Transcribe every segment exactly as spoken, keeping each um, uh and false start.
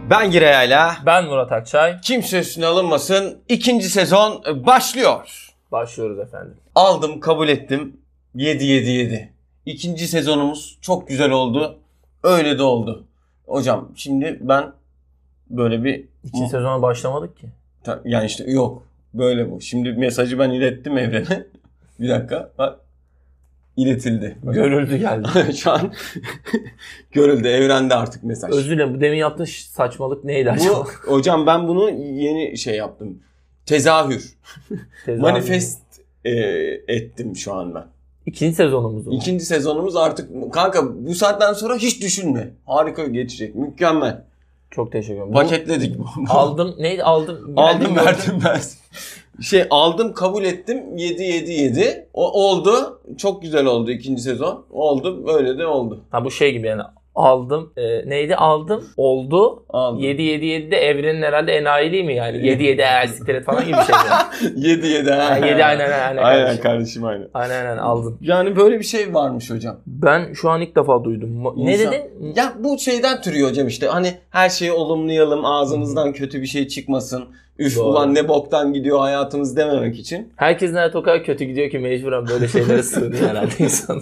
Ben Gireya'yla. Ben Murat Akçay. Kimse üstüne alınmasın. İkinci sezon başlıyor. Başlıyoruz efendim. Aldım, kabul ettim. yedi yedi yedi. İkinci sezonumuz çok güzel oldu. Öyle de oldu. Hocam şimdi ben böyle bir... İkinci sezona başlamadık ki. Yani işte yok. Böyle bu. Şimdi mesajı ben ilettim evrene. Bir dakika. Bak. İletildi. Görüldü geldi. Şu an görüldü. Evrende artık mesaj. Özür dilerim. Bu demin yaptığın saçmalık neydi acaba? Bu, hocam ben bunu yeni şey yaptım. Tezahür. Tezahür. Manifest e, ettim şu an ben. İkinci sezonumuz mu? İkinci sezonumuz artık. Kanka bu saatten sonra hiç düşünme. Harika geçecek. Mükemmel. Çok teşekkür ederim. Paketledik. Bu, aldım. Neydi? Aldım. Aldım verdim ben. Şey aldım kabul ettim. yedi yedi yedi. O oldu. Çok güzel oldu ikinci sezon. Oldu. Böyle de oldu. Ha bu şey gibi yani. Aldım. E, neydi? Aldım. Oldu. Aldım. yedi yedi yedi'de evrenin herhalde enayiliği mi yani? yedi yedi eğer siktir falan gibi bir şey yani. yedi yedi yani yedi aynen aynen. Aynen kardeşim, kardeşim aynen. Aynen aynen aldın. Yani böyle bir şey varmış hocam. Ben şu an ilk defa duydum. İnsan, ne dedin? Ya bu şeyden türüyor hocam işte. Hani her şeyi olumlayalım. Ağzımızdan kötü bir şey çıkmasın. Üf Doğru. ulan ne boktan gidiyor hayatımız dememek için. Herkesin hayatı o kadar kötü gidiyor ki mecburen böyle şeylere sığınıyor herhalde insan.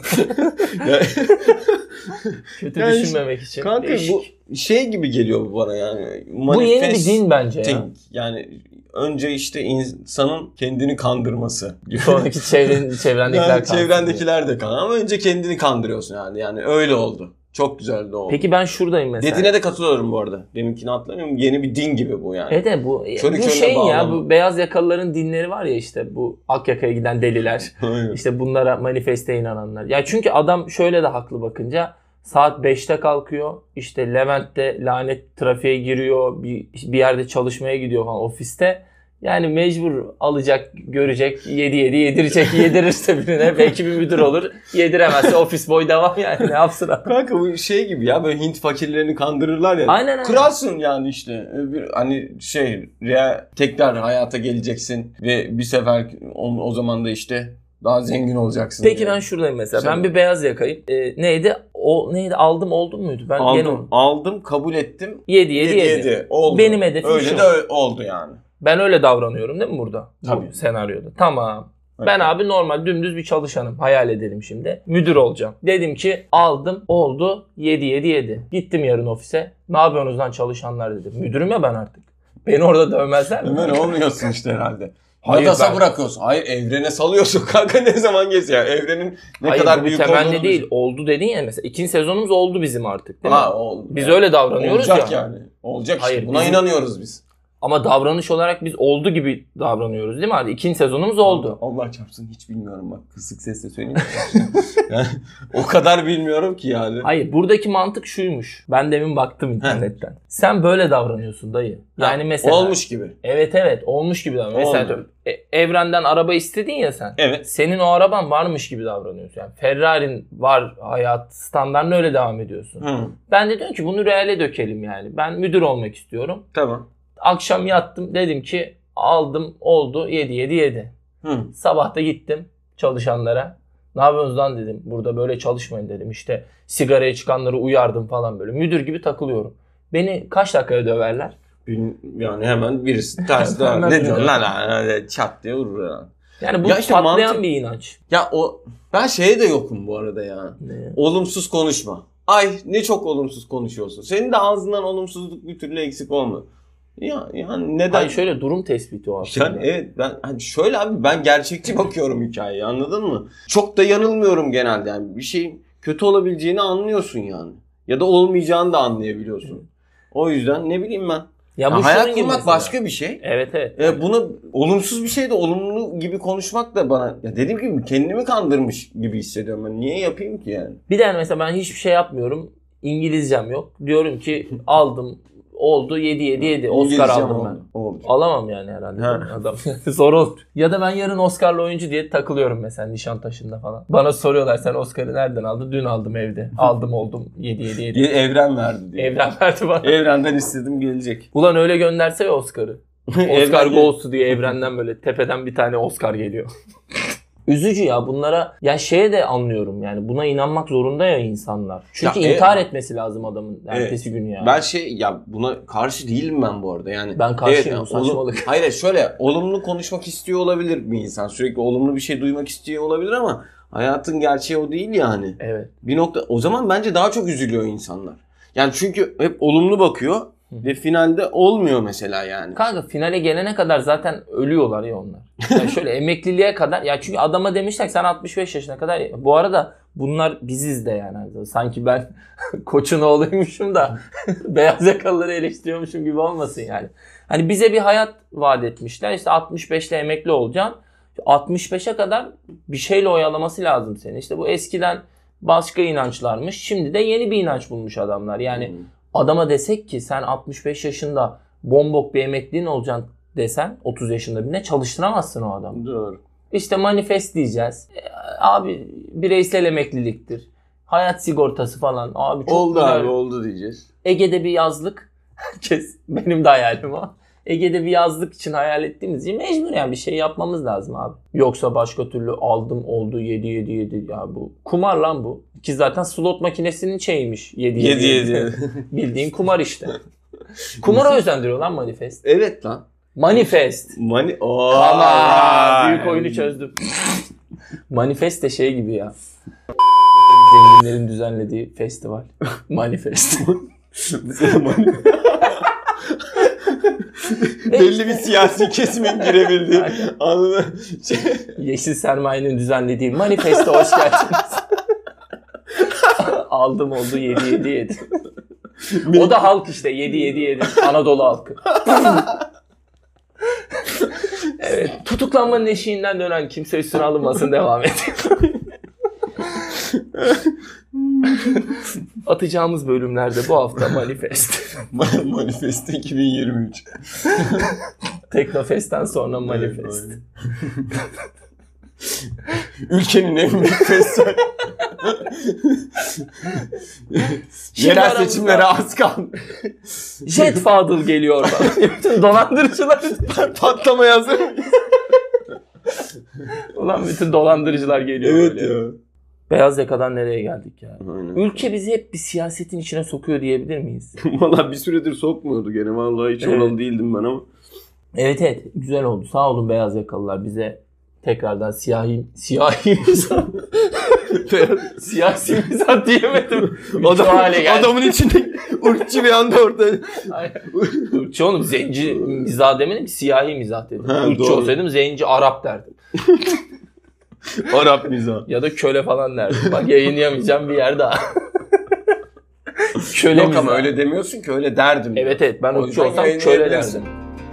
Kötü yani düşünmemek için. Kanka değişik. Bu şey gibi geliyor bu bana yani. Bu yeni bir din bence ya. Yani önce işte insanın kendini kandırması. Sonraki çevren, çevrendekiler yani çevrendekiler de kan. Ama önce kendini kandırıyorsun yani. Yani öyle oldu. Çok güzel de oldu. Peki ben şuradayım mesela. Dediğine de katılıyorum bu arada. Deminkini atlamıyorum. Yeni bir din gibi bu yani. Evet bu, körü bu şey bağlama. Ya bu beyaz yakalıların dinleri var ya işte bu Akyaka'ya giden deliler. İşte bunlara manifeste inananlar. Ya çünkü adam şöyle de haklı bakınca saat beşte kalkıyor. İşte Levent'te lanet trafiğe giriyor. Bir, bir yerde çalışmaya gidiyor falan ofiste. Yani mecbur alacak, görecek, yedi yedi yedirecek, yedirirse birine belki bir müdür olur. Yediremezse ofis boy devam yani ne yapsın abi. Kanka bu şey gibi ya böyle Hint fakirlerini kandırırlar ya. Aynen aynen. Kralsın yani işte. Bir, hani şey real, tekrar hayata geleceksin ve bir sefer o, o zaman da işte daha zengin olacaksın. Peki yani. Ben şuradayım mesela. Sen ben bir beyaz yakayım. Ee, neydi? O neydi? Aldım oldum muydu? Ben aldım, aldım, kabul ettim. yedi yedi yedi oldu. Benim hedefim öyle şu. Öyle de oldu yani. Ben öyle davranıyorum değil mi burada? Tabii. Bu senaryoda. Tamam. Evet. Ben abi normal dümdüz bir çalışanım. Hayal edelim şimdi. Müdür olacağım. Dedim ki aldım oldu yedi yedi yedi. Gittim yarın ofise. Ne yapıyorsunuz lan çalışanlar dedim. Müdürüm ya ben artık. Beni orada dövmezler mi? Hemen olmuyorsun işte herhalde. Hayır Nadas'a ben... bırakıyorsun. Hayır evrene salıyorsun kanka ne zaman geçse ya. Evrenin ne Hayır, kadar büyük olduğunu... Hayır bu temenni değil. Oldu dedin ya mesela. İkinci sezonumuz oldu bizim artık değil ha, mi? Oldu. Biz yani. Öyle davranıyoruz Olacak ya. yani. Olacak Hayır, işte. Buna bizim... inanıyoruz biz. Ama davranış olarak biz oldu gibi davranıyoruz değil mi? Hadi ikinci sezonumuz oldu. Allah, Allah çarpsın hiç bilmiyorum bak. Kısık sesle söyleyeyim. Yani, o kadar bilmiyorum ki yani. Hayır buradaki mantık şuymuş. Ben demin baktım internetten. He. Sen böyle davranıyorsun dayı. Yani ha, mesela. Olmuş gibi. Evet evet olmuş gibi davranıyorsun. Mesela e, evrenden araba istedin ya sen. Evet. Senin o araban varmış gibi davranıyorsun. Yani Ferrari'nin var hayat standartına öyle devam ediyorsun. Hı. Ben de diyorum ki bunu reale dökelim yani. Ben müdür olmak istiyorum. Tamam. Akşam yattım dedim ki aldım oldu yedi yedi yedi. Hı. Sabah da gittim çalışanlara. Ne yapıyorsunuz lan dedim. Burada böyle çalışmayın dedim. İşte sigaraya çıkanları uyardım falan böyle. Müdür gibi takılıyorum. Beni kaç dakikaya döverler? Yani hemen birisi ters döver. Ne diyorsun lan lan çat diye vurur ya. Yani bu ya işte patlayan mantık... bir inanç. Ya o ben şeye de yokum bu arada ya. Ne? Olumsuz konuşma. Ay ne çok olumsuz konuşuyorsun. Senin de ağzından olumsuzluk bir türlü eksik olmuyor. Ya yani neden? Hayır şöyle durum tespiti o aslında. Yani evet ben hani şöyle abi ben gerçekçi bakıyorum hikayeye anladın mı? Çok da yanılmıyorum genelde yani bir şeyin kötü olabileceğini anlıyorsun yani. Ya da olmayacağını da anlayabiliyorsun. O yüzden ne bileyim ben. Ya, ya bu hayal kurmak başka bir şey. Evet evet. E, bunu olumsuz bir şey de olumlu gibi konuşmak da bana ya dediğim gibi kendimi kandırmış gibi hissediyorum ben. Niye yapayım ki yani? Bir de mesela ben hiçbir şey yapmıyorum. İngilizcem yok. Diyorum ki aldım oldu yedi yedi yedi Oscar aldım ben. Oldu. Alamam yani herhalde. Adam zor olur. Ya da ben yarın Oscar'lı oyuncu diye takılıyorum mesela Nişantaşı'nda falan. Bana soruyorlar sen Oscar'ı nereden aldın? Dün aldım evde. Aldım oldum yedi yedi yedi. Evren verdi diye. Evren verdi bana. Evrenden istedim gelecek. Ulan öyle gönderse ya Oscar'ı. Oscar Ghost'u diye evrenden böyle tepeden bir tane Oscar geliyor. Üzücü ya bunlara. Ya şeye de anlıyorum yani buna inanmak zorunda ya insanlar. Çünkü Ya, intihar evet. etmesi lazım adamın ertesi Evet. günü yani. Ben şey ya buna karşı değilim ben bu arada yani. Ben karşıyım, yani bu saçmalık. olum- hayır şöyle olumlu konuşmak istiyor olabilir bir insan. Sürekli olumlu bir şey duymak istiyor olabilir ama hayatın gerçeği o değil yani. Evet. Bir nokta o zaman bence daha çok üzülüyor insanlar. Yani çünkü hep olumlu bakıyor ve finalde olmuyor mesela yani. Kanka finale gelene kadar zaten ölüyorlar ya onlar. Yani şöyle emekliliğe kadar ya çünkü adama demişler ki sen altmış beş yaşına kadar bu arada bunlar biziz de yani. Sanki ben koçun oğluymuşum da beyaz yakalıları eleştiriyormuşum gibi olmasın yani. Hani bize bir hayat vaat etmişler. İşte altmış beşte emekli olacaksın. altmış beşe kadar bir şeyle oyalaması lazım seni. İşte bu eskiden başka inançlarmış. Şimdi de yeni bir inanç bulmuş adamlar. Yani Hmm. adama desek ki sen altmış beş yaşında bombok bir emekliğin olacaksın desen otuz yaşında birine çalıştıramazsın o adamı. Doğru. İşte manifest diyeceğiz. E, abi bireysel emekliliktir. Hayat sigortası falan. Abi çok Oldu güzel. abi oldu diyeceğiz. Ege'de bir yazlık. Herkes benim de hayalim o. Ege'de bir yazlık için hayal ettiğimiz için mecbur yani bir şey yapmamız lazım abi. Yoksa başka türlü aldım oldu yedi yedi yedi ya bu kumar lan bu. Ki zaten slot makinesinin şeyiymiş yedi yedi. Bildiğin kumar işte. Kumara özendiriyor lan manifest. Evet lan. Manifest. Mani Oo. Ama büyük oyunu çözdüm. Manifest de şey gibi ya. Zenginlerin düzenlediği festival. Manifest. Belli bir siyasi kesimin girebildiği. Anladın. Şey... Yeşil sermayenin düzenlediği manifeste hoş geldiniz. Aldım oldu yedi yedi yedi. O da halk işte yedi yedi yedi. Anadolu halkı. Evet. Tutuklanmanın eşiğinden dönen kimse üstüne alınmasın devam ediyor. Atacağımız bölümlerde bu hafta manifest. Manifest iki bin yirmi üç. Teknofest'ten sonra manifest. Ülkenin en büyük festivali. Yerel aramızda- seçimlere az kaldı. Jet Fadıl geliyor falan. Bütün dolandırıcılar. Patlamaya hazır. Ulan bütün dolandırıcılar geliyor Evet böyle. ya. Beyaz yakadan nereye geldik ya? Aynen. Ülke bizi hep bir siyasetin içine sokuyor diyebilir miyiz? Valla bir süredir sokmuyordu gene. Vallahi hiç Evet. oralı değildim ben ama. Evet evet güzel oldu. Sağ olun beyaz yakalılar bize tekrardan siyahi siyahi mizah siyasi mizah diyemedim. Adam, hale geldi. adamın içinde ırkçı bir anda ortaya. Irkçı oğlum zenci mizah demedim siyahi mizah dedim. Ha, Irkçı doğru. olsaydım zenci Arap derdim. Arap mizah. Ya da köle falan derdim. Bak yayınlayamayacağım bir yer daha. Köle Yok mizah. ama öyle demiyorsun ki öyle derdim. Evet evet ben O ırkçı yüzden olsam köle yayınlayabilirsin. derdim.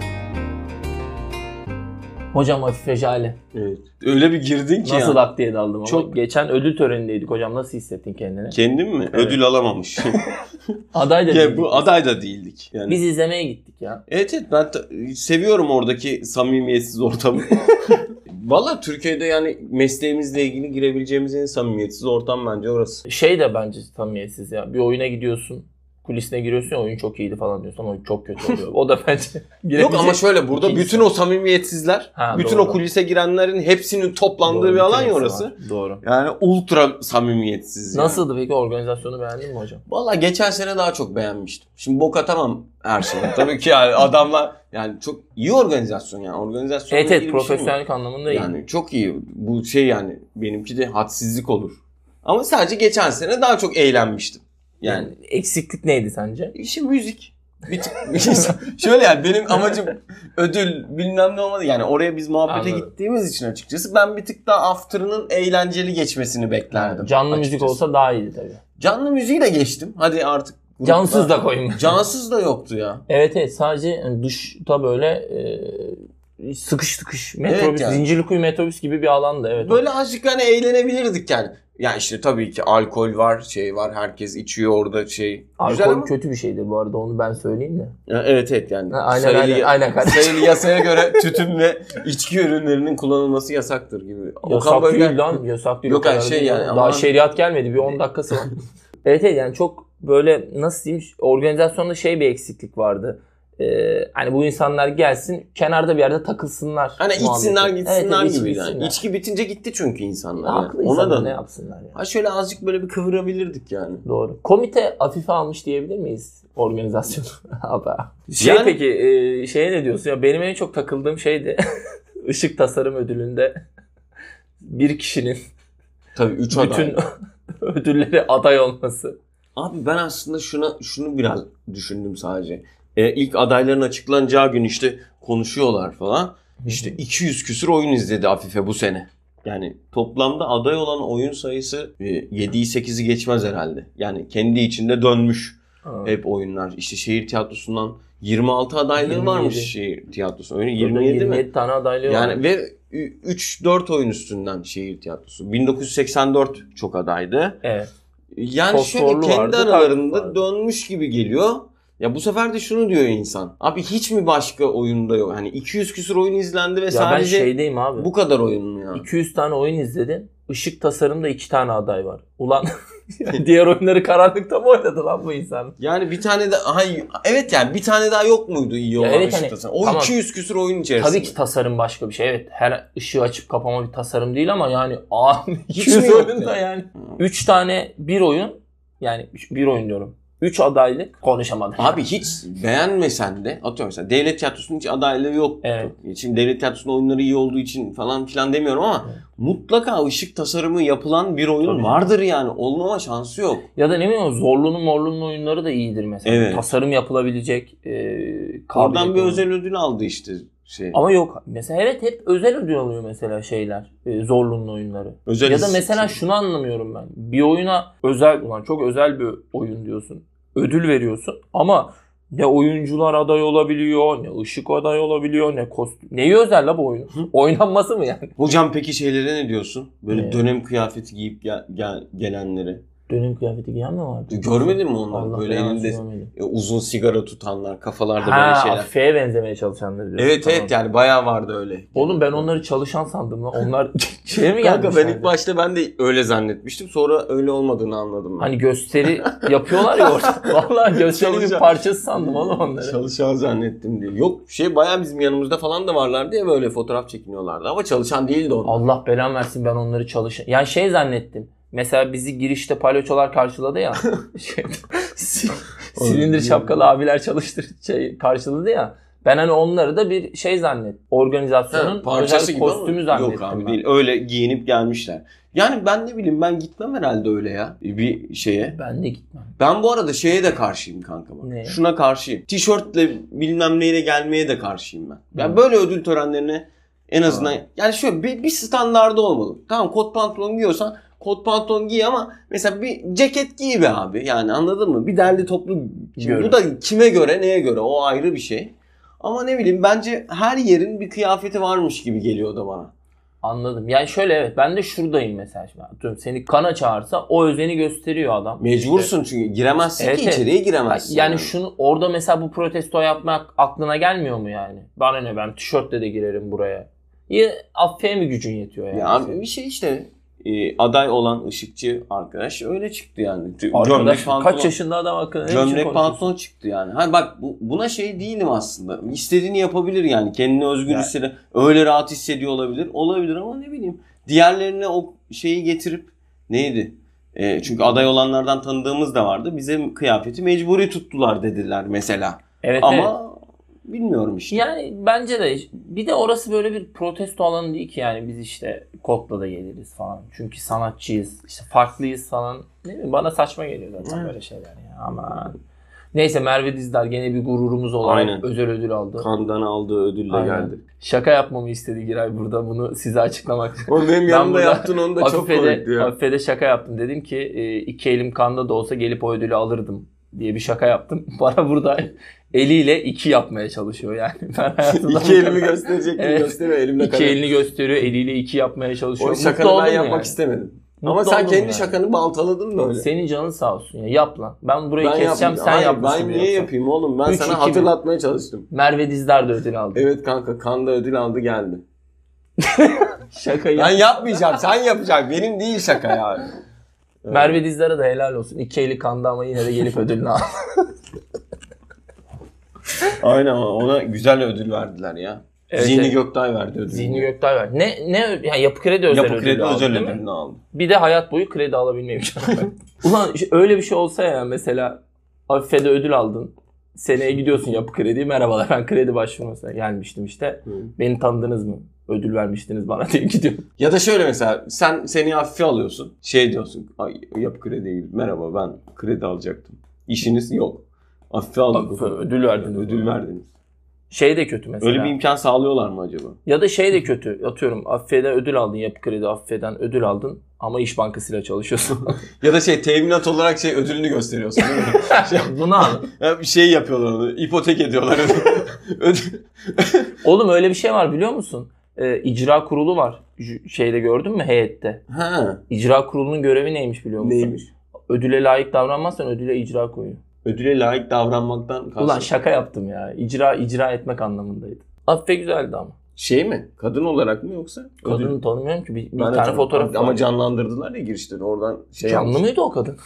Hocam Afife Jale. Evet. Öyle bir girdin ki Nasıl ya. lak diye daldım ama. Çok- Geçen ödül törenindeydik hocam. Nasıl hissettin kendini? Kendin mi? Evet. Ödül alamamış. Aday da ya değildik. bu aday da değildik. Yani. Biz izlemeye gittik ya. Evet evet ben ta- seviyorum oradaki samimiyetsiz ortamı. Valla Türkiye'de yani mesleğimizle ilgili girebileceğimiz en samimiyetsiz ortam bence orası. Şey de bence samimiyetsiz ya. Bir oyuna gidiyorsun. Kulisine giriyorsun ya oyun çok iyiydi falan diyorsun ama çok kötü oluyor. O da bence Yok ama şöyle burada İyi bütün o samimiyetsizler, Ha, bütün doğru. o kulise girenlerin hepsinin toplandığı Doğru, bir alan bütün ya hepsi orası. var. Doğru. Yani ultra samimiyetsiz yani. Nasıldı peki organizasyonu beğendin mi hocam? Valla geçen sene daha çok beğenmiştim. Şimdi bok atamam her şeyi. Tabii ki yani adamlar yani çok iyi organizasyon yani. Organizasyon Evet evet profesyonellik anlamında iyi. Yani çok iyi. Bu şey yani benimki de hadsizlik olur. Ama sadece geçen sene daha çok eğlenmiştim. Yani, Yani eksiklik neydi sence? işte müzik. Bir tık, şöyle yani benim amacım ödül bilmem ne olmadı. Yani oraya biz muhabbete Anladım. gittiğimiz için açıkçası ben bir tık daha after'ının eğlenceli geçmesini beklerdim. Canlı açıkçası. müzik olsa daha iyiydi tabii. Canlı müziği de geçtim. Hadi artık. grupta- Cansız da koyun. Cansız da yoktu ya. Evet evet sadece yani dışta böyle e, sıkış sıkış metrobüs, Evet yani. Zincirlikuyu metrobüs gibi bir alanda evet. Böyle azıcık hani eğlenebilirdik yani. Ya işte tabii ki alkol var, şey var, herkes içiyor orada şey. Güzel Alkol ama. kötü bir şeydir bu arada onu ben söyleyeyim de. Ya evet evet yani. Ha, aynen, sayılı, aynen, aynen kardeşim. sayılı yasaya göre tütün ve içki ürünlerinin kullanılması yasaktır gibi. Yasak böyle- değil lan yasak değil. Yok o kadar yani şey değil. yani Daha aman- şeriat gelmedi bir on dakikası var. Evet evet yani çok böyle nasıl diyeyim organizasyonda şey bir eksiklik vardı. Ee, hani bu insanlar gelsin kenarda bir yerde takılsınlar. Hani içsinler muhabbeti. gitsinler Evet, gibi. içsinler. Yani. İçki bitince gitti çünkü insanlar. Ya, Yani. haklı Ona insanlar da ne yapsınlar yani. Ha şöyle azıcık böyle bir kıvırabilirdik yani. Doğru. Komite hafife almış diyebilir miyiz organizasyonu? Şey Yani- peki e, şeye ne diyorsun ya, benim en çok takıldığım şeydi Işık Tasarım Ödülü'nde bir kişinin Tabii üç bütün aday. ödülleri aday olması. Abi ben aslında şuna şunu biraz düşündüm sadece. Ee, ilk adayların açıklanacağı gün işte konuşuyorlar falan. İşte iki yüz küsür oyun izledi Afife bu sene. Yani toplamda aday olan oyun sayısı e, yediyi sekizi geçmez herhalde. Yani kendi içinde dönmüş Ha. hep oyunlar. İşte şehir tiyatrosundan yirmi altı adaylığı yirmi varmış yedi. şehir tiyatrosu. Oyunu Burada yirmi yedi mi? tane adaylığı var. Yani ve üç dört oyun üstünden şehir tiyatrosu. bin dokuz yüz seksen dört çok adaydı. Evet. Yani şöyle Fosforlu kendi vardı, aralarında taklit vardı. dönmüş gibi geliyor. Ya bu sefer de şunu diyor insan. Abi hiç mi başka oyunda yok? Hani iki yüz küsur oyun izlendi ve Ya sadece ben şeydeyim abi. bu kadar oyun mu ya? iki yüz tane oyun izledin. Işık Tasarım'da iki tane aday var. Ulan diğer oyunları karanlıkta mı oynadı lan bu insan? Yani bir tane de hayır, evet yani bir tane daha yok muydu iyi olan evet, ışık hani, tasarım? O tamam. iki yüz küsur oyun içerisinde. Tabii ki tasarım başka bir şey. Evet, her ışığı açıp kapama bir tasarım değil ama yani abi Hiç iki yüz mi yok oyunda ya? yani. üç tane bir oyun, yani bir oyun diyorum. üç adaylık konuşamadım. Abi hiç beğenmesen de atıyorum mesela devlet tiyatrosunun hiç adaylığı yoktu. Evet. Şimdi devlet tiyatrosunun oyunları iyi olduğu için falan filan demiyorum ama Evet. mutlaka ışık tasarımı yapılan bir oyun Tabii. vardır yani. Olmama şansı yok. Ya da ne bileyim, zorlunun morlunun oyunları da iyidir mesela. Evet. Tasarım yapılabilecek e, Oradan kabiliyet bir olan. özel ödül aldı işte şey. Ama yok. Mesela evet, hep özel ödül alıyor mesela şeyler. E, zorlunun oyunları. Özel Ya da his- mesela şunu anlamıyorum ben. Bir oyuna özel, ulan çok özel bir oyun diyorsun. Ödül veriyorsun ama ne oyuncular aday olabiliyor, ne ışık aday olabiliyor, ne kostüm. Neyi özel la bu oyun? Oynanması mı yani? Hocam peki şeylere ne diyorsun? Böyle Ne? dönem kıyafeti giyip gel, gel- gelenleri. Dönem kıyafeti giyen mi vardı? Görmedin mi onları? Allah Böyle belanı elinde versin. e, uzun sigara tutanlar, kafalarda böyle Ha, şeyler. Afe'ye benzemeye çalışanları diyorsun. Evet Tamam. evet yani bayağı vardı öyle. Oğlum ben onları çalışan sandım lan. Onlar şeye mi Kanka ben gelmişlerdi? ilk başta ben de öyle zannetmiştim. Sonra öyle olmadığını anladım ben. Hani gösteri yapıyorlar ya orada. Vallahi gösterinin bir Çalışan- parçası sandım oğlum onları. Çalışan zannettim diye. Yok şey bayağı bizim yanımızda falan da varlardı ya böyle fotoğraf çekiniyorlardı. Ama çalışan değildi onlar. Allah belamı versin, ben onları çalışan. Yani şey zannettim. Mesela bizi girişte palyaçolar karşıladı ya. Şey, si- silindir şapkalı abiler çalıştır şey karşıladı ya. Ben hani onları da bir şey zannet. Organizasyonun Ha, parçası özel gibi kostümü ama zannettim. yok abi ben. değil. Öyle giyinip gelmişler. Yani ben ne bileyim ben gitmem herhalde öyle ya bir şeye. Ben de gitmem. Ben bu arada şeye de karşıyım kanka bak. Ne? Şuna karşıyım. Tişörtle bilmem neyle gelmeye de karşıyım ben. Yani Hı. böyle ödül törenlerine en azından Ha. yani şöyle bir, bir standardı olmalı. Tamam kot pantolon giyiyorsan kot pantolon giy ama mesela bir ceket giy be abi. Yani anladın mı? Bir derli toplu. Şimdi Görün. bu da kime göre neye göre o ayrı bir şey. Ama ne bileyim bence her yerin bir kıyafeti varmış gibi geliyor da bana. Anladım. Yani şöyle, evet, ben de şuradayım mesela. Şimdi atıyorum, seni kana çağırsa o özeni gösteriyor adam. Mecbursun çünkü giremezsin Evet, ki evet. içeriye giremezsin. Yani şunu orada mesela bu protesto yapmak aklına gelmiyor mu yani? Bana ne, ben tişörtle de girerim buraya. Ya affeye mi gücün yetiyor yani? Ya abi bir şey işte e, aday olan ışıkçı arkadaş öyle çıktı yani. Arkadaş pantolon- kaç yaşında adam hakkında ne biçim Gömlek konuşuyorsun? pantolon çıktı yani. Hani bak bu, buna şey değilim aslında. İstediğini yapabilir yani. Kendini özgür Yani. hissediyor. Öyle rahat hissediyor olabilir. Olabilir ama ne bileyim. Diğerlerine o şeyi getirip neydi? E, çünkü aday olanlardan tanıdığımız da vardı. Bize kıyafeti mecburi tuttular dediler mesela. Evet, Ama evet. bilmiyorum işte. Yani bence de bir de orası böyle bir protesto alanı değil ki yani, biz işte kotla da geliriz falan. Çünkü sanatçıyız, işte farklıyız falan. Ne bileyim, bana saçma geliyor zaten Evet. böyle şeyler ya. Aman. Neyse, Merve Dizdar gene bir gururumuz olarak Aynen. özel ödül aldı. Kandan aldığı ödülle Aynen. geldi. Şaka yapmamı istedi Giray burada, bunu size açıklamak. Oğlum benim Ben yanımda burada yaptın onu da çok komikti Afife'de, ya. Afife'de şaka yaptım. Dedim ki e, iki elim kanda da olsa gelip o ödülü alırdım diye bir şaka yaptım. Bana burada eliyle iki yapmaya çalışıyor yani. Ben hayatımda İki elimi gösterecek gibi Evet. gösteriyor elimle İki kalem. elini gösteriyor, eliyle iki yapmaya çalışıyor. O Mutlu şakanı ben oldun mu yapmak yani? istemedim. Mutlu Ama sen oldun kendi mu yani? şakanı baltaladın böyle. Senin canın sağ olsun ya. Yap lan. Ben burayı Ben keseceğim, yapmayayım. sen Hayır, yapmışsın ben gibi niye yapsam. yapayım oğlum? Ben Üç, sana iki mi? hatırlatmaya çalıştım. Merve Dizdar da ödül aldı. Evet kanka Kanda ödül aldı geldi. Şakayı. Ben yapmayacağım sen yapacaksın. Benim değil şaka ya. Evet. Merve Dizdar'a da helal olsun. İki eli kanda ama yine de gelip ödülünü aldı. Aynen ama ona güzel ödül verdiler ya. Evet, Zihni evet. Göktay verdi ödülünü. Zihni Göktay verdi. Ne ne yani Yapı Kredi özel Yapı ödülü Kredi aldı, özel değil mi? ödülünü aldı. Bir de hayat boyu kredi alabilme imkanı var. Ulan işte öyle bir şey olsa ya mesela Afife'de ödül aldın. Seneye gidiyorsun Yapı Kredi. Merhabalar ben kredi başvurmasına gelmiştim işte. Hı. Beni tanıdınız mı? Ödül vermiştiniz bana diye gidiyorum. Ya da şöyle mesela sen seni hafife alıyorsun. Şey diyorsun. Ay, Yapı Kredi'ye gidip merhaba ben kredi alacaktım. İşiniz yok. Hafife aldık. Ödül verdiniz. Ödül verdiniz. Şey de kötü mesela. Öyle bir imkan sağlıyorlar mı acaba? Ya da şey de kötü. Atıyorum Afife'den ödül aldın. Yapı Kredi Afife'den ödül aldın. Ama İş Bankası'yla çalışıyorsun. Ya da şey teminat olarak şey ödülünü gösteriyorsun değil mi? şey, Bunu al. ya bir şey yapıyorlar onu. İpotek ediyorlar. Ödül. Oğlum öyle bir şey var biliyor musun? Ee, icra kurulu var. J- Şeyde gördün mü heyette? Ha. İcra kurulunun görevi neymiş biliyor musun? Neymiş? Ödüle layık davranmazsan ödüle icra koyuyor. Ödüle layık davranmaktan kastım. Ulan şaka yaptım ya. İcra icra etmek anlamındaydı. Afife güzeldi ama. Şey mi? Kadın olarak mı yoksa? Kadını Ödül. tanımıyorum ki. Bir, bir Ben de tane tanı- fotoğraf ama var. canlandırdılar ya girişte de oradan şey Canlı yapmış. mıydı o kadın?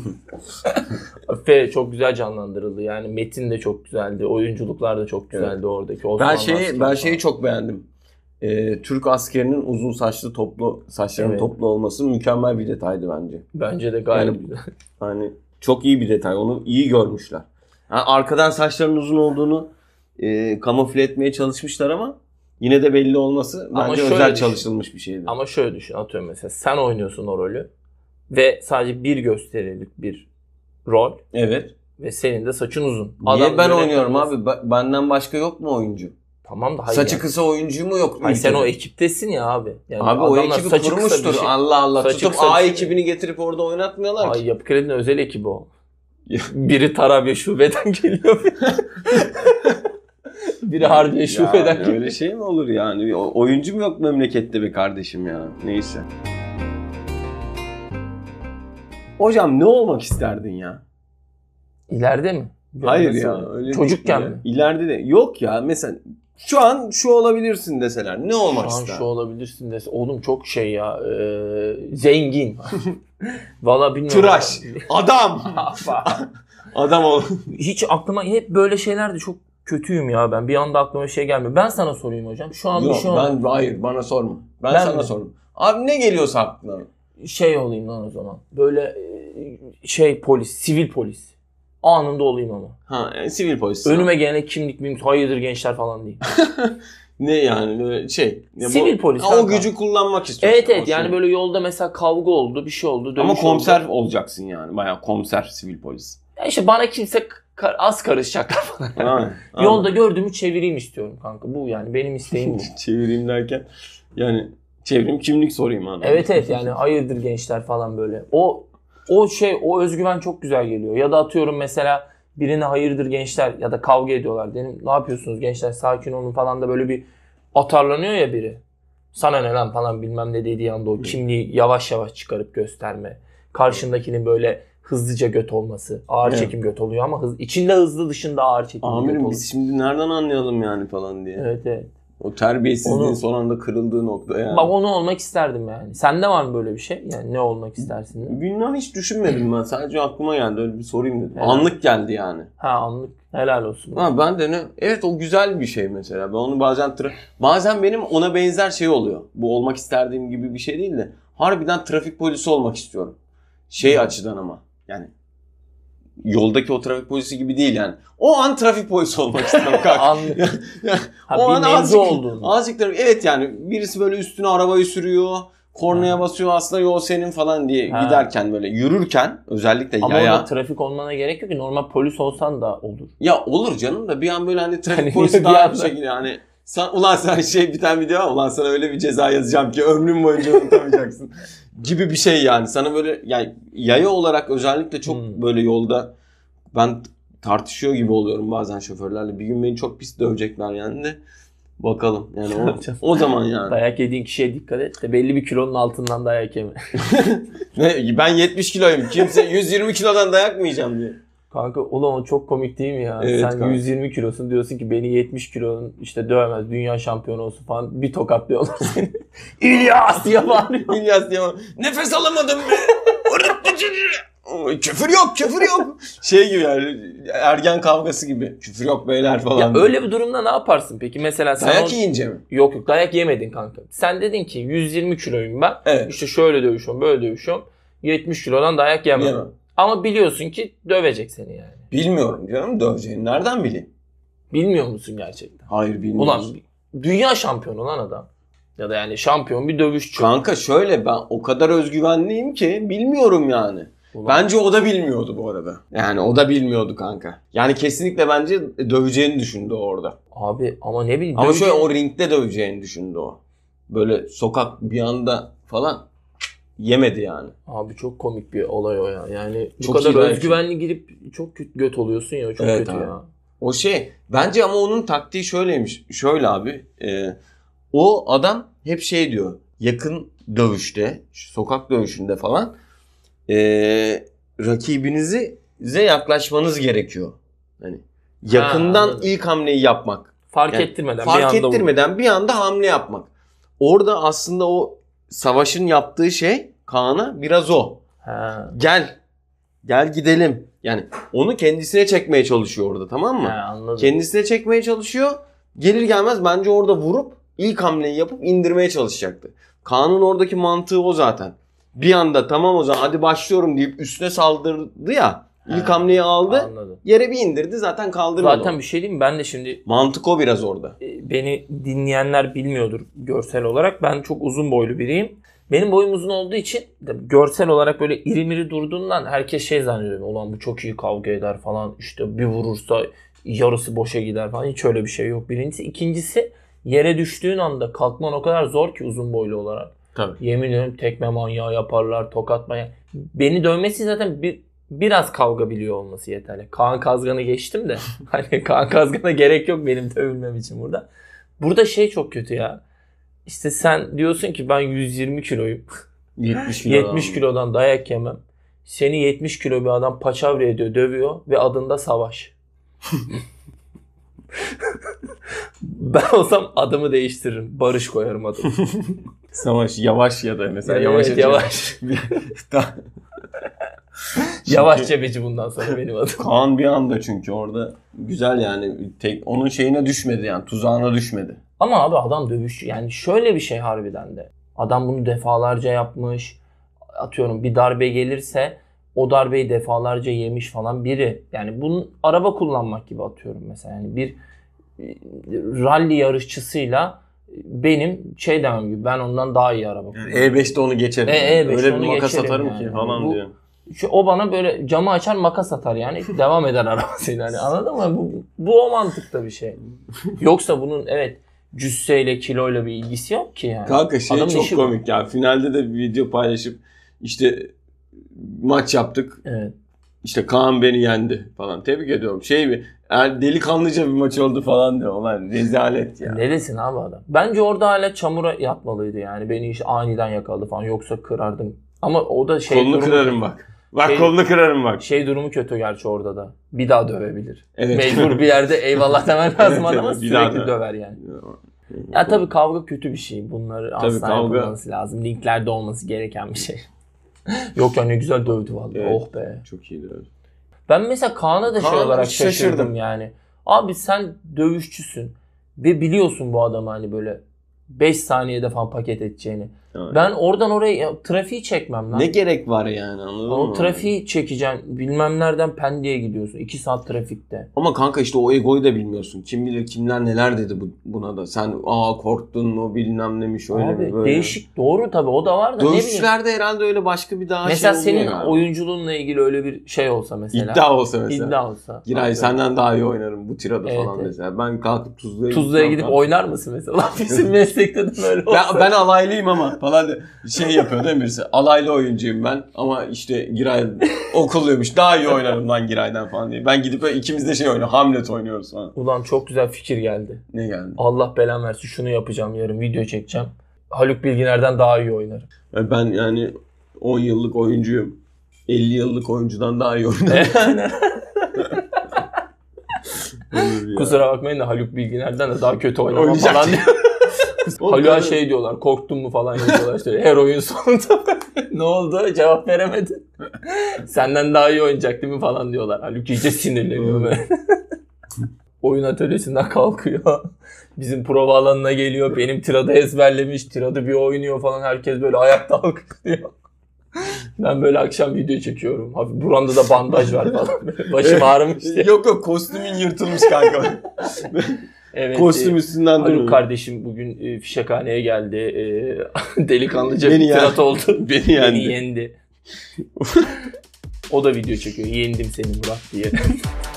Afife çok güzel canlandırıldı. Yani metin de çok güzeldi. Oyunculuklar da çok güzeldi Evet. oradaki. Osman Ben şeyi Aslan ben falan. şeyi çok beğendim. Ee, Türk askerinin uzun saçlı toplu saçlarının Evet. toplu olması mükemmel bir detaydı bence. Bence de gayet Yani- güzel. Hani çok iyi bir detay. Onu iyi görmüşler. Ha, arkadan saçlarının uzun olduğunu e, kamufle etmeye çalışmışlar ama yine de belli olması Ama bence şöyle özel düşün. çalışılmış bir şeydi. Ama şöyle düşün. Atıyorum mesela sen oynuyorsun o rolü. Ve sadece bir gösterilik bir rol. Evet. Ve senin de saçın uzun. Niye ben böyle- oynuyorum abi? Ba- Benden başka yok mu oyuncu? Tamam da hayır. Saçı yani. kısa oyuncu mu yok? Hayır, sen ülkede? o ekiptesin ya abi. Yani Abi o adamlar ekibi saçı kısa bir kurmuştur. şey- Allah Allah. Saçı Tutup kısa bir A şey- ekibini getirip orada oynatmıyorlar Ay ki. Yapı Kredi'nin özel ekibi o. Biri Tarabya şubeden geliyor. Biri Harbiye şubeden Yani geliyor. öyle şey mi olur yani? O- Oyuncu mu yok memlekette be kardeşim ya? Neyse. Hocam ne olmak isterdin ya? İleride mi? Hayır Nasıl ya. yani? Öyle Çocukken değil ya. mi? İleride de. Yok ya mesela şu an şu olabilirsin deseler. Ne olmak Şu an isterdin? şu olabilirsin dese. Oğlum çok şey ya. E, zengin. Valla bilmiyorum. Tıraş. Adam. Adam ol. Hiç aklıma hep böyle şeyler de çok kötüyüm ya ben. Bir anda aklıma şey gelmiyor. Ben sana sorayım hocam. Şu an Yok bir şey ol- ben hayır bana sorma. Ben, Ben sana mi? sorayım. Abi ne geliyorsa aklına. şey olayım lan o zaman. Böyle e, şey polis, sivil polis. Anında olayım ama. Ha yani sivil polis. Önüme gelene kimlik mimlik hayırdır gençler falan değil. Ne yani böyle şey. Ya bu- Sivil polis Ha, o kanka. gücü kullanmak istiyorsun. Evet evet O yani şey. böyle yolda mesela kavga oldu, bir şey oldu, dövüş Ama komiser oldu. olacaksın yani. Bayağı komiser sivil polis. Ya işte bana kimse kar- az karışacaklar falan. Aynen. Yolda gördüğümü çevireyim istiyorum kanka. Bu yani benim isteğim bu. Çevireyim derken yani çevireyim kimlik sorayım anladın. Evet evet yani hayırdır gençler falan böyle. O o şey o özgüven çok güzel geliyor. Ya da atıyorum mesela birine hayırdır gençler ya da kavga ediyorlar. Dedim ne yapıyorsunuz gençler sakin olun falan da böyle bir atarlanıyor ya biri. Sana ne lan falan bilmem ne dediği anda o kimliği yavaş yavaş çıkarıp gösterme. Karşındakinin böyle hızlıca göt olması. Ağır Evet. çekim göt oluyor ama hız, içinde hızlı dışında ağır çekim göt Amirim oluyor. biz şimdi nereden anlayalım yani falan diye. Evet evet. O terbiyesizliğin Onu- son anda kırıldığı nokta yani. Bak onu olmak isterdim yani. Sende var mı böyle bir şey? Yani ne olmak istersin? diye? Bilmem hiç düşünmedim ben. Sadece aklıma geldi. Öyle bir sorayım dedim. Evet. Anlık geldi yani. Ha anlık. Helal olsun. Ha ben de ne? Evet o güzel bir şey mesela. Ben onu bazen tra- bazen benim ona benzer şey oluyor. Bu olmak istediğim gibi bir şey değil de harbiden trafik polisi olmak istiyorum. Şey açıdan ama yani yoldaki o trafik polisi gibi değil yani. O an trafik polisi olmak istiyorum kanka. Anlık. Ha, o bir an mevzu azıcık, olduğunu. azıcık trafik. Evet yani birisi böyle üstüne arabayı sürüyor. Kornaya Ha. basıyor aslında yol senin falan diye Ha. giderken böyle yürürken özellikle Ama yaya. orada trafik olmana gerek yok ki. Normal polis olsan da olur. Ya olur canım da bir an böyle hani trafik Hani polisi bir daha anda- bir şekilde yani sen, ulan sen şey bir tane video var ulan sana öyle bir ceza yazacağım ki ömrün boyunca unutamayacaksın gibi bir şey yani. Sana böyle yani yaya olarak özellikle çok Hmm. böyle yolda ben tartışıyor gibi oluyorum bazen şoförlerle. Bir gün beni çok pis dövecekler yani de bakalım yani o, o zaman yani. Dayak yediğin kişiye dikkat et de belli bir kilonun altından dayak yeme. Ne, ben yetmiş kiloyum. Kimse yüz yirmi kilodan dayak mı yiyeceğim diye. Kanka ulan o çok komik değil mi ya? Evet Sen kanka. yüz yirmi kilosun diyorsun ki beni yetmiş kilonun işte dövemez. Dünya şampiyonu olsun falan. Bir tokatlıyorlar seni. İlyas diye bağırıyor. İlyas diye nefes alamadım be. küfür yok küfür yok. Şey gibi yani ergen kavgası gibi. Küfür yok beyler falan. Ya öyle bir durumda ne yaparsın peki? Mesela sen dayak o... yiyince mi? Yok yok dayak yemedin kanka. Sen dedin ki yüz yirmi kiloyum ben. Evet. İşte şöyle dövüşüyorum böyle dövüşüyorum. yetmiş kilodan dayak yemem. Yemem. Ama biliyorsun ki dövecek seni yani. Bilmiyorum canım döveceğini nereden bileyim? Bilmiyor musun gerçekten? Hayır bilmiyorum. Ulan dünya şampiyonu lan adam. Ya da yani şampiyon bir dövüşçü. Kanka şöyle ben o kadar özgüvenliyim ki bilmiyorum yani. Ulan. Bence o da bilmiyordu bu arada. Yani o da bilmiyordu kanka. Yani kesinlikle bence döveceğini düşündü orada. Abi ama ne bileyim. Ama döveceğini... şöyle o ringde döveceğini düşündü o. Böyle sokak bir anda falan yemedi yani. Abi çok komik bir olay o ya. Yani bu Çok kadar iyi özgüvenli girip çok kötü göt oluyorsun ya. Çok Evet kötü abi. ya. O şey bence ama onun taktiği şöyleymiş. Şöyle abi. E, o adam hep şey diyor. Yakın dövüşte, sokak dövüşünde falan e, rakibinizi size yaklaşmanız gerekiyor. Hani yakından Ha, ilk hamleyi yapmak. Fark Yani ettirmeden fark bir anda ettirmeden vur. bir anda hamle yapmak. Orada aslında o Savaş'ın yaptığı şey Kaan'a biraz o. Ha. Gel. Gel gidelim. Yani onu kendisine çekmeye çalışıyor orada, tamam mı? Ha, anladım. Kendisine çekmeye çalışıyor. Gelir gelmez bence orada vurup ilk hamleyi yapıp indirmeye çalışacaktı. Kaan'ın oradaki mantığı o zaten. Bir anda tamam o zaman hadi başlıyorum deyip üstüne saldırdı ya. İlk Ha, hamleyi aldı. Anladım. Yere bir indirdi zaten kaldırmadı. Zaten onu. bir şey diyeyim mi? Ben de şimdi Mantık o biraz orada. e, beni dinleyenler bilmiyordur görsel olarak. Ben çok uzun boylu biriyim. Benim boyum uzun olduğu için de görsel olarak böyle iri miri durduğundan herkes şey zannediyor. Ulan bu çok iyi kavga eder falan. İşte bir vurursa yarısı boşa gider falan. Hiç öyle bir şey yok. Birincisi. İkincisi yere düştüğün anda kalkman o kadar zor ki uzun boylu olarak. Tabii. Yemin ediyorum tekme manyağı yaparlar, tokat manyağı. Beni dövmesi zaten bir biraz kavga biliyor olması yeterli. Kaan Kazgan'ı geçtim de. Hani Kaan Kazgan'a gerek yok benim dövülmem için burada. Burada şey çok kötü ya. İşte sen diyorsun ki ben yüz yirmi kiloyum. yetmiş kilo yetmiş kilodan dayak yemem. Seni yetmiş kilo bir adam paçavra ediyor, dövüyor ve adında Savaş. Ben olsam adımı değiştiririm. Barış koyarım adımı. Savaş yavaş ya da mesela Evet, yavaş yavaş. Yavaş cebeci bundan sonra benim adım. Kaan bir anda çünkü orada güzel yani tek onun şeyine düşmedi yani tuzağına düşmedi. Ama abi adam dövüşçü. Yani şöyle bir şey harbiden de. Adam bunu defalarca yapmış. Atıyorum bir darbe gelirse o darbeyi defalarca yemiş falan biri. Yani bunun araba kullanmak gibi atıyorum mesela. Yani bir rally yarışçısıyla benim şey demem gibi ben ondan daha iyi araba kullanıyorum. E beşte onu geçerim. E, E beşte Öyle bir onu makas geçerim atarım yani. ki falan Bu- diyor. Şu, o bana böyle camı açar makas atar yani devam eder arabasıyla. Yani anladın mı? Bu, bu o mantıkta bir şey. Yoksa bunun evet cüsseyle kiloyla bir ilgisi yok ki yani. Kanka şey Adamın çok işi bu. komik ya. Finalde de bir video paylaşıp işte maç yaptık. Evet. İşte Kaan beni yendi falan. Tebrik ediyorum. Şey mi? Yani delikanlıca bir maç oldu falan diyor. Ulan rezalet ya. Neresin abi adam? Bence orada hala çamura yatmalıydı yani. Beni iş aniden yakaladı falan. Yoksa kırardım. Ama o da şey kolunu durumu kırarım bak. Bak Şey- kolunu kırarım bak. Şey durumu kötü gerçi orada da. Bir daha dövebilir. Evet. Mecbur bir yerde eyvallah demen lazım Evet, ama evet, bir daha sürekli döver. döver yani. Ya tabii kavga kötü bir şey. Bunları Tabii asla kavga- yapılması lazım. Linklerde olması gereken bir şey. Yok ya ne güzel dövdü vallahi. Evet. Oh be. Çok iyiydi öyle. Ben mesela Kaan'a da şey Kaan'a olarak şaşırdım. şaşırdım yani. Abi sen dövüşçüsün ve biliyorsun bu adamı hani böyle beş saniyede falan paket edeceğini. Evet. Ben oradan oraya ya, trafiği çekmem lan. Ne gerek var yani anladın O mı? trafiği çekeceksin. Bilmem nereden Pendik'e gidiyorsun. iki saat trafikte. Ama kanka işte o egoyu da bilmiyorsun. Kim bilir kimler neler dedi bu, buna da. Sen aa korktun mu bilmem nemiş öyle Abi mi böyle. değişik doğru tabii o da var da ne bileyim. Dövüşçülerde herhalde öyle başka bir daha Mesela şey oluyor senin yani. oyunculuğunla ilgili öyle bir şey olsa mesela. İddia olsa mesela. İddia olsa. Giray Abi, senden daha iyi oynarım bu tirada Evet, falan evet. mesela. Ben kalkıp Tuzla'ya Tuzla'ya gitmem gidip falan. oynar mısın mesela? Bizim meslekte de böyle olsa. Ben, ben alaylıyım ama falan de şey yapıyor değil mi birisi? Alaylı oyuncuyum ben ama işte Giray okulluymuş. Daha iyi oynarım lan Giray'dan falan diye. Ben gidip böyle ikimiz de şey oynuyor. Hamlet oynuyoruz falan. Ulan çok güzel fikir geldi. Ne geldi? Allah belamı versin şunu yapacağım yarın video çekeceğim. Haluk Bilginer'den daha iyi oynarım. Ben yani on yıllık oyuncuyum. elli yıllık oyuncudan daha iyi oynarım. Olur ya. Kusura bakmayın da Haluk Bilginer'den de daha kötü oynamam Oynayacak. falan diyor. Haluk'a şey diyorlar, korktun mu falan yazıyorlar işte her oyun sonunda. Ne oldu? Cevap veremedi. Senden daha iyi oynayacak değil mi falan diyorlar. Haluk iyice sinirleniyor böyle. Oyun atölyesinden kalkıyor. Bizim prova alanına geliyor. Benim tiradı ezberlemiş. Tiradı bir oynuyor falan. Herkes böyle ayakta alkışlıyor. Ben böyle akşam video çekiyorum. Hafif buramda da bandaj var falan. Başım ağrımış diye. Yok yok kostümün yırtılmış kanka. Evet, Kostüm üstünden Haluk duruyor. kardeşim bugün e, fişekhaneye geldi. E, delikanlıca Beni bir yendi. tirat oldu. Beni yendi. Beni yendi. O da video çekiyor. Yendim seni Murat diye.